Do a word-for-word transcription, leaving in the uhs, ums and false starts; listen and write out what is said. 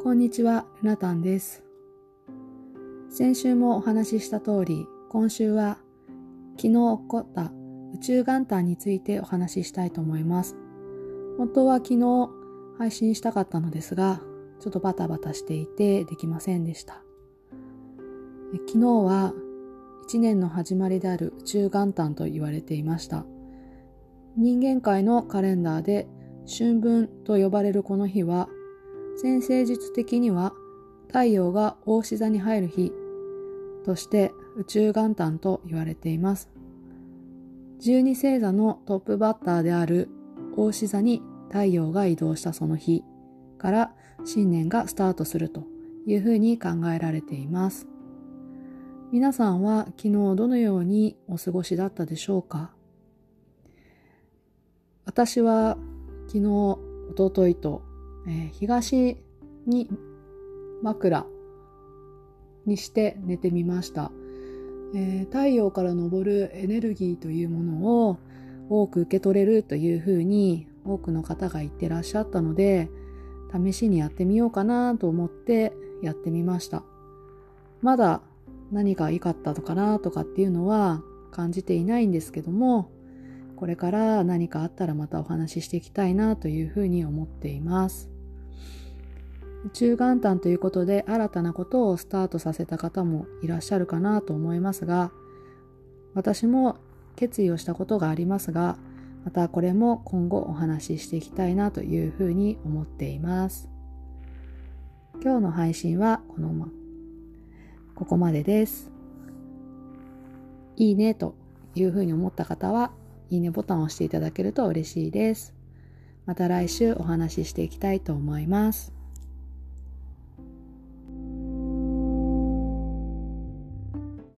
こんにちは、ルナタンです。先週もお話しした通り、今週は昨日起こった宇宙元旦についてお話ししたいと思います。本当は昨日配信したかったのですが、ちょっとバタバタしていてできませんでした。昨日はいちねんの始まりである宇宙元旦と言われていました。人間界のカレンダーで春分と呼ばれるこの日は、占星術的には太陽が牡牛座に入る日として宇宙元旦と言われています。じゅうに星座のトップバッターである牡牛座に太陽が移動したその日から新年がスタートするというふうに考えられています。皆さんは昨日どのようにお過ごしだったでしょうか？私は昨日、一昨日と、えー、東に枕にして寝てみました、えー。太陽から昇るエネルギーというものを多く受け取れるというふうに多くの方が言ってらっしゃったので、試しにやってみようかなと思ってやってみました。まだ何が良かったのかなとかっていうのは感じていないんですけども、これから何かあったらまたお話ししていきたいなというふうに思っています。宇宙元旦ということで新たなことをスタートさせた方もいらっしゃるかなと思いますが、私も決意をしたことがありますが、またこれも今後お話ししていきたいなというふうに思っています。今日の配信はこのままここまでです。いいねというふうに思った方はいいねボタンを押していただけると嬉しいです。また来週お話ししていきたいと思います。